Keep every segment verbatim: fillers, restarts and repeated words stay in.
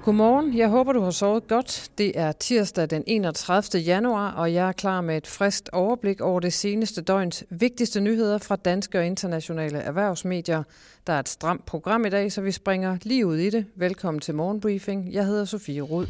Godmorgen, jeg håber du har sovet godt. Det er tirsdag den enogtredivte januar, og jeg er klar med et friskt overblik over det seneste døgns vigtigste nyheder fra danske og internationale erhvervsmedier. Der er et stramt program i dag, så vi springer lige ud i det. Velkommen til Morgenbriefing. Jeg hedder Sofie Rud.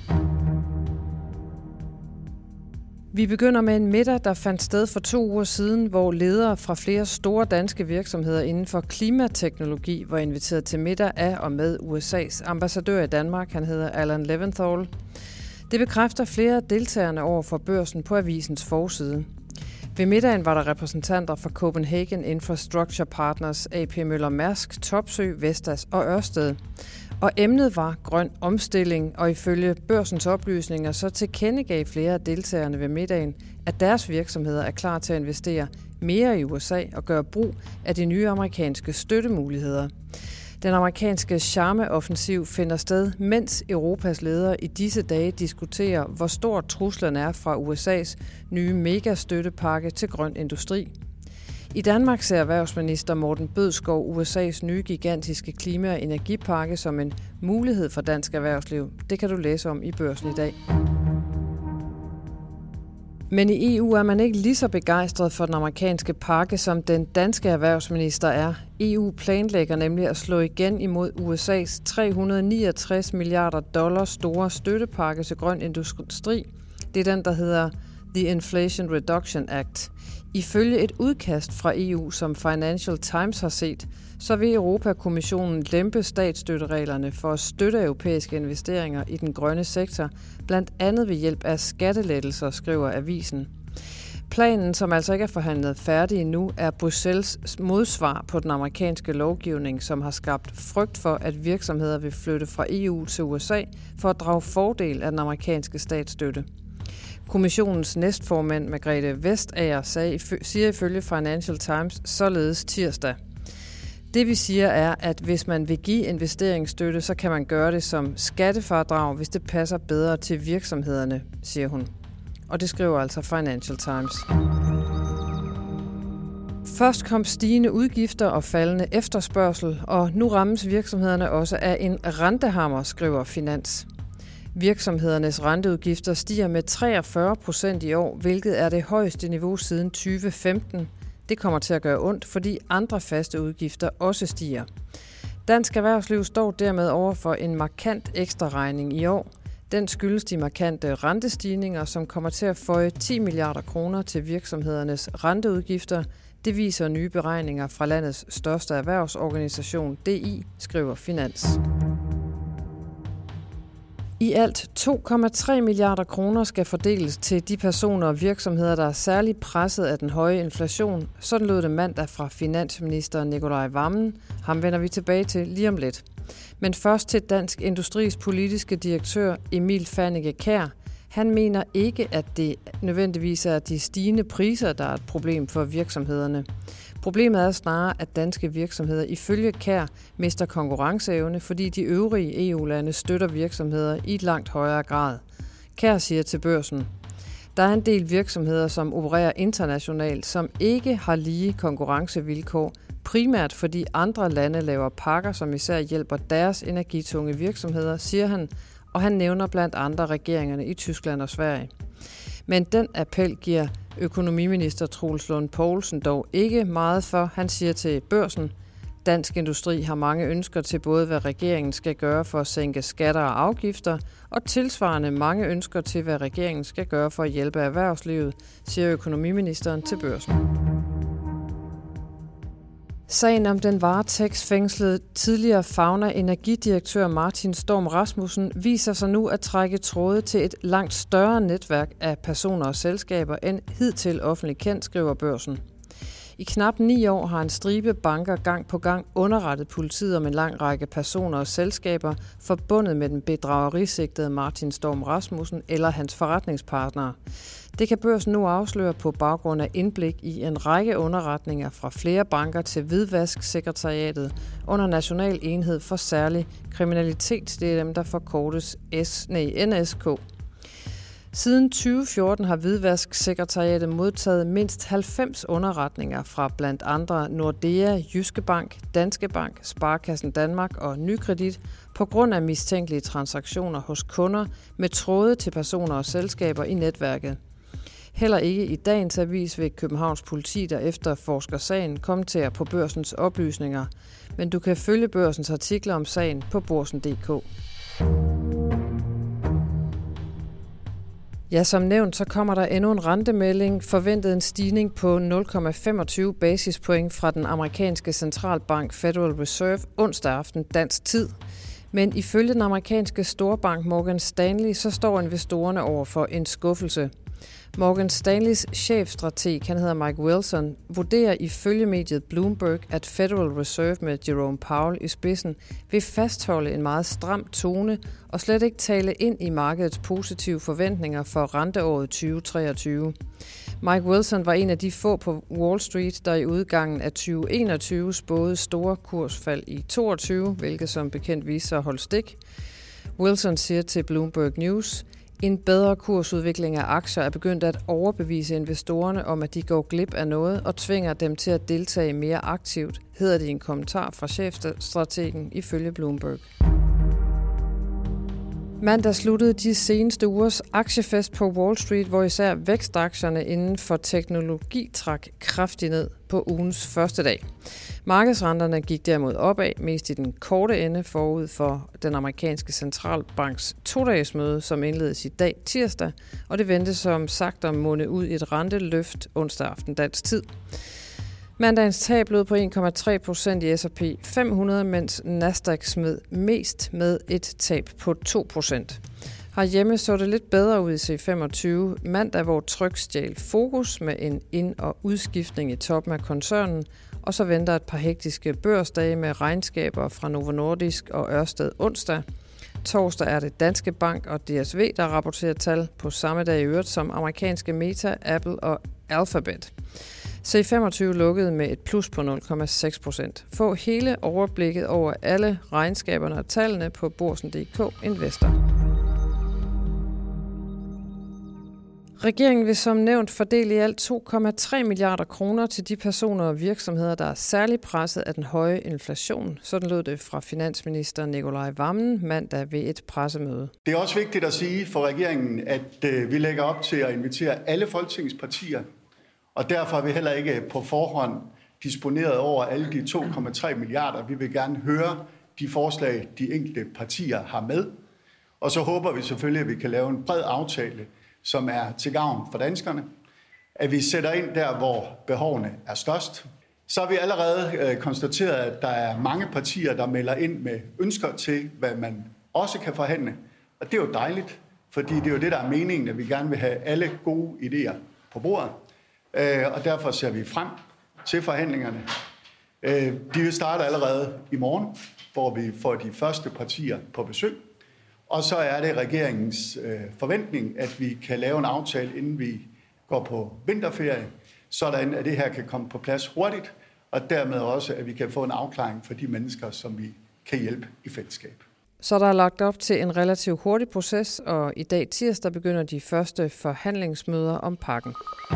Vi begynder med en middag, der fandt sted for to uger siden, hvor ledere fra flere store danske virksomheder inden for klimateknologi var inviteret til middag af og med U S A's ambassadør i Danmark. Han hedder Alan Leventhal. Det bekræfter flere af deltagerne over for Børsen på avisens forside. Ved middagen var der repræsentanter fra Copenhagen Infrastructure Partners, A P Møller Mærsk, Topsøe, Vestas og Ørsted. Og emnet var grøn omstilling, og ifølge Børsens oplysninger så tilkendegav flere af deltagerne ved middagen, at deres virksomheder er klar til at investere mere i U S A og gøre brug af de nye amerikanske støttemuligheder. Den amerikanske charmeoffensiv finder sted, mens Europas ledere i disse dage diskuterer, hvor stor truslen er fra U S A's nye megastøttepakke til grøn industri. I Danmark ser erhvervsminister Morten Bødskov U S A's nye gigantiske klima- og energipakke som en mulighed for dansk erhvervsliv. Det kan du læse om i Børsen i dag. Men i E U er man ikke lige så begejstret for den amerikanske pakke, som den danske erhvervsminister er. E U planlægger nemlig at slå igen imod U S A's tre hundrede og niogtres milliarder dollars store støttepakke til grøn industri. Det er den, der hedder The Inflation Reduction Act. Ifølge et udkast fra E U, som Financial Times har set, så vil Europakommissionen lempe statsstøttereglerne for at støtte europæiske investeringer i den grønne sektor, blandt andet ved hjælp af skattelettelser, skriver avisen. Planen, som altså ikke er forhandlet færdig endnu, er Bruxelles modsvar på den amerikanske lovgivning, som har skabt frygt for, at virksomheder vil flytte fra E U til U S A for at drage fordel af den amerikanske statsstøtte. Kommissionens næstformand Margrethe Vestager sagde, siger ifølge Financial Times således tirsdag. Det vi siger er, at hvis man vil give investeringsstøtte, så kan man gøre det som skattefradrag, hvis det passer bedre til virksomhederne, siger hun. Og det skriver altså Financial Times. Først kom stigende udgifter og faldende efterspørgsel, og nu rammes virksomhederne også af en rentehammer, skriver Finans. Virksomhedernes renteudgifter stiger med treogfyrre procent i år, hvilket er det højeste niveau siden tyve femten. Det kommer til at gøre ondt, fordi andre faste udgifter også stiger. Dansk erhvervsliv står dermed over for en markant ekstra regning i år. Den skyldes de markante rentestigninger, som kommer til at føje ti milliarder kroner til virksomhedernes renteudgifter. Det viser nye beregninger fra landets største erhvervsorganisation, D I, skriver Finans. I alt to komma tre milliarder kroner skal fordeles til de personer og virksomheder, der er særligt presset af den høje inflation. Sådan lød det mandag fra finansminister Nicolai Wammen. Ham vender vi tilbage til lige om lidt. Men først til Dansk Industris politiske direktør Emil Fannike Kjær. Han mener ikke, at det nødvendigvis er de stigende priser, der er et problem for virksomhederne. Problemet er snarere, at danske virksomheder ifølge Kjær mister konkurrenceevne, fordi de øvrige E U-lande støtter virksomheder i et langt højere grad. Kjær siger til Børsen, der er en del virksomheder, som opererer internationalt, som ikke har lige konkurrencevilkår, primært fordi andre lande laver pakker, som især hjælper deres energitunge virksomheder, siger han, og han nævner blandt andre regeringerne i Tyskland og Sverige. Men den appel giver økonomiminister Troels Lund Poulsen dog ikke meget for. Han siger til Børsen, Dansk Industri har mange ønsker til både, hvad regeringen skal gøre for at sænke skatter og afgifter, og tilsvarende mange ønsker til, hvad regeringen skal gøre for at hjælpe erhvervslivet, siger økonomiministeren til Børsen. Sagen om den varetægtsfængslede tidligere Fauna-energidirektør Martin Storm Rasmussen viser sig nu at trække tråde til et langt større netværk af personer og selskaber end hidtil offentligt kendt, skriver Børsen. I knap ni år har en stribe banker gang på gang underrettet politiet om en lang række personer og selskaber forbundet med den bedragerisigtede Martin Storm Rasmussen eller hans forretningspartnere. Det kan Børsen nu afsløre på baggrund af indblik i en række underretninger fra flere banker til Hvidvasksekretariatet under National Enhed for Særlig Kriminalitet. Det er dem, der forkortes S, nej, N S K. Siden tyve fjorten har Hvidvasksekretariatet modtaget mindst halvfems underretninger fra blandt andre Nordea, Jyske Bank, Danske Bank, Sparekassen Danmark og Nykredit på grund af mistænkelige transaktioner hos kunder med tråde til personer og selskaber i netværket. Heller ikke i dagens avis vil Københavns Politi, der efterforsker sagen, kommentere på Børsens oplysninger, men du kan følge Børsens artikler om sagen på børsen punktum d k. Ja, som nævnt, så kommer der endnu en rentemelding, forventet en stigning på nul komma femogtyve basispoint fra den amerikanske centralbank Federal Reserve onsdag aften dansk tid. Men ifølge den amerikanske storbank Morgan Stanley, så står investorerne over for en skuffelse. Morgan Stanleys chefstrateg, han hedder Mike Wilson, vurderer ifølge mediet Bloomberg, at Federal Reserve med Jerome Powell i spidsen vil fastholde en meget stram tone og slet ikke tale ind i markedets positive forventninger for renteåret tyve treogtyve. Mike Wilson var en af de få på Wall Street, der i udgangen af tyve enogtyve spåede store kursfald i toogtyve, hvilket som bekendt viser sig at holde stik. Wilson siger til Bloomberg News: En bedre kursudvikling af aktier er begyndt at overbevise investorerne om, at de går glip af noget og tvinger dem til at deltage mere aktivt, hedder det i en kommentar fra chefstrategen ifølge Bloomberg. Mandag sluttede de seneste ugers aktiefest på Wall Street, hvor især vækstaktierne inden for teknologi trak kraftigt ned på ugens første dag. Markedsrenterne gik derimod opad, mest i den korte ende forud for den amerikanske centralbanks to-dagesmøde, som indledes i dag tirsdag, og det ventes som sagt at munde ud i et renteløft onsdag aften dansk tid. Mandagens tab lød på en komma tre procent i S og P fem hundrede, mens Nasdaq smed mest med et tab på to procent. Herhjemme så det lidt bedre ud i C femogtyve mandag, hvor Tryg stjal fokus med en ind- og udskiftning i toppen af koncernen, og så venter et par hektiske børsdage med regnskaber fra Novo Nordisk og Ørsted onsdag. Torsdag er det Danske Bank og D S V, der rapporterer tal på samme dag i øvrigt som amerikanske Meta, Apple og Alphabet. C femogtyve lukkede med et plus på nul komma seks procent. Få hele overblikket over alle regnskaberne og tallene på børsen punktum d k Investor. Regeringen vil som nævnt fordele i alt to komma tre milliarder kroner til de personer og virksomheder, der er særligt presset af den høje inflation. Sådan lød det fra finansminister Nicolai Wammen mandag ved et pressemøde. Det er også vigtigt at sige for regeringen, at vi lægger op til at invitere alle Folketingets partier, og derfor er vi heller ikke på forhånd disponeret over alle de to komma tre milliarder. Vi vil gerne høre de forslag, de enkelte partier har med, og så håber vi selvfølgelig, at vi kan lave en bred aftale, som er til gavn for danskerne, at vi sætter ind der, hvor behovene er størst. Så har vi allerede øh, konstateret, at der er mange partier, der melder ind med ønsker til, hvad man også kan forhandle. Og det er jo dejligt, fordi det er jo det, der er meningen, at vi gerne vil have alle gode idéer på bordet. Øh, og derfor ser vi frem til forhandlingerne. Øh, de vil starte allerede i morgen, hvor vi får de første partier på besøg. Og så er det regeringens øh, forventning, at vi kan lave en aftale, inden vi går på vinterferie, sådan at det her kan komme på plads hurtigt, og dermed også, at vi kan få en afklaring for de mennesker, som vi kan hjælpe i fællesskab. Så der er lagt op til en relativt hurtig proces, og i dag tirsdag begynder de første forhandlingsmøder om pakken.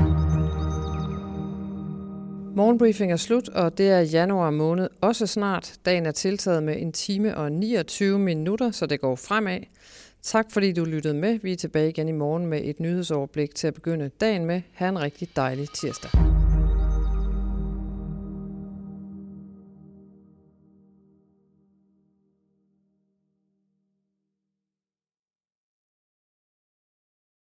Morgenbriefing er slut, og det er januar måned også snart. Dagen er tiltaget med en time og niogtyve minutter, så det går fremad. Tak fordi du lyttede med. Vi er tilbage igen i morgen med et nyhedsoverblik til at begynde dagen med. Ha' en rigtig dejlig tirsdag.